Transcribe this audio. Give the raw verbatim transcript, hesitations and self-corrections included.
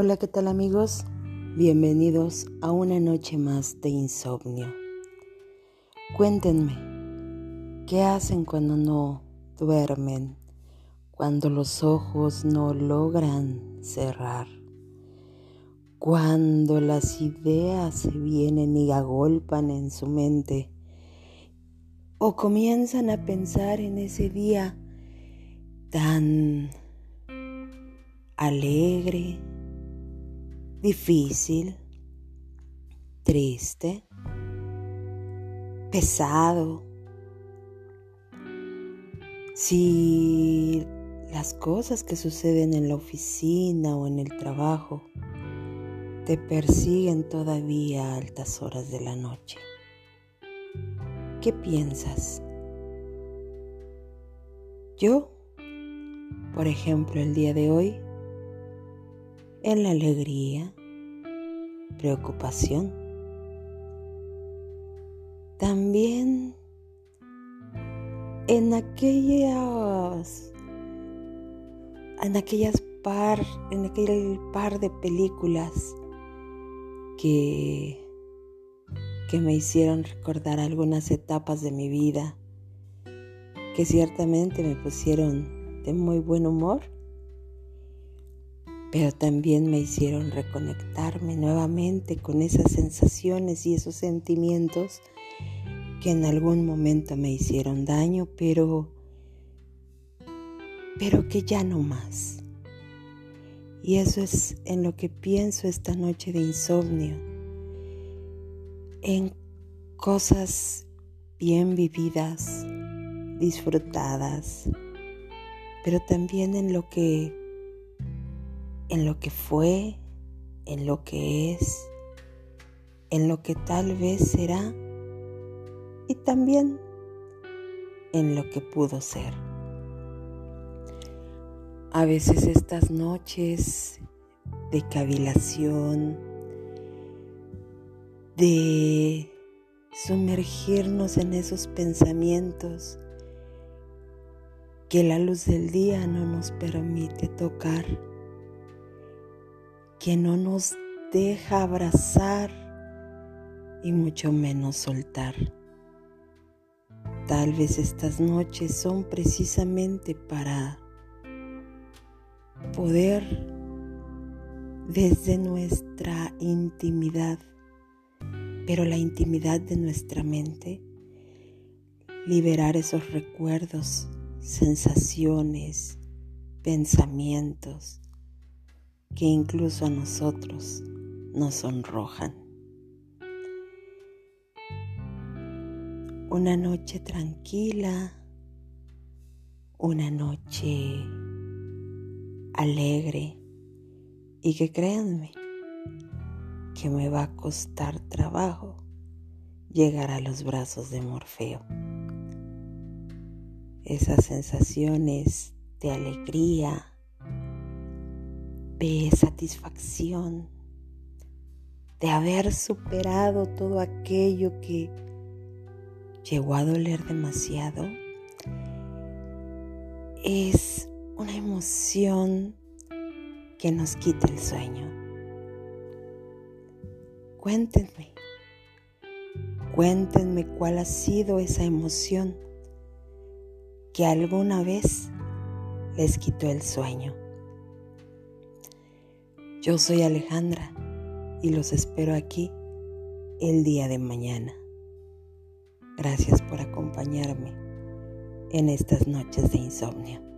Hola, ¿qué tal amigos? Bienvenidos a una noche más de insomnio. Cuéntenme, ¿qué hacen cuando no duermen? Cuando los ojos no logran cerrar. Cuando las ideas se vienen y agolpan en su mente. O comienzan a pensar en ese día tan alegre, difícil, triste, pesado. Si las cosas que suceden en la oficina o en el trabajo te persiguen todavía a altas horas de la noche, ¿qué piensas? Yo, por ejemplo, el día de hoy, en la alegría, preocupación, también en aquellas, en aquellas par, en aquel par de películas que, que me hicieron recordar algunas etapas de mi vida, que ciertamente me pusieron de muy buen humor, pero también me hicieron reconectarme nuevamente con esas sensaciones y esos sentimientos que en algún momento me hicieron daño, pero, pero que ya no más. Y eso es en lo que pienso esta noche de insomnio, en cosas bien vividas, disfrutadas, pero también en lo que en lo que fue, en lo que es, en lo que tal vez será y también en lo que pudo ser. A veces estas noches de cavilación, de sumergirnos en esos pensamientos que la luz del día no nos permite tocar, que no nos deja abrazar y mucho menos soltar. Tal vez estas noches son precisamente para poder, desde nuestra intimidad, pero la intimidad de nuestra mente, liberar esos recuerdos, sensaciones, pensamientos que incluso a nosotros nos sonrojan. Una noche tranquila, una noche alegre y que créanme que me va a costar trabajo llegar a los brazos de Morfeo. Esas sensaciones de alegría, de satisfacción, de haber superado todo aquello que llegó a doler demasiado, es una emoción que nos quita el sueño. Cuéntenme, cuéntenme cuál ha sido esa emoción que alguna vez les quitó el sueño. Yo soy Alejandra y los espero aquí el día de mañana. Gracias por acompañarme en estas noches de insomnio.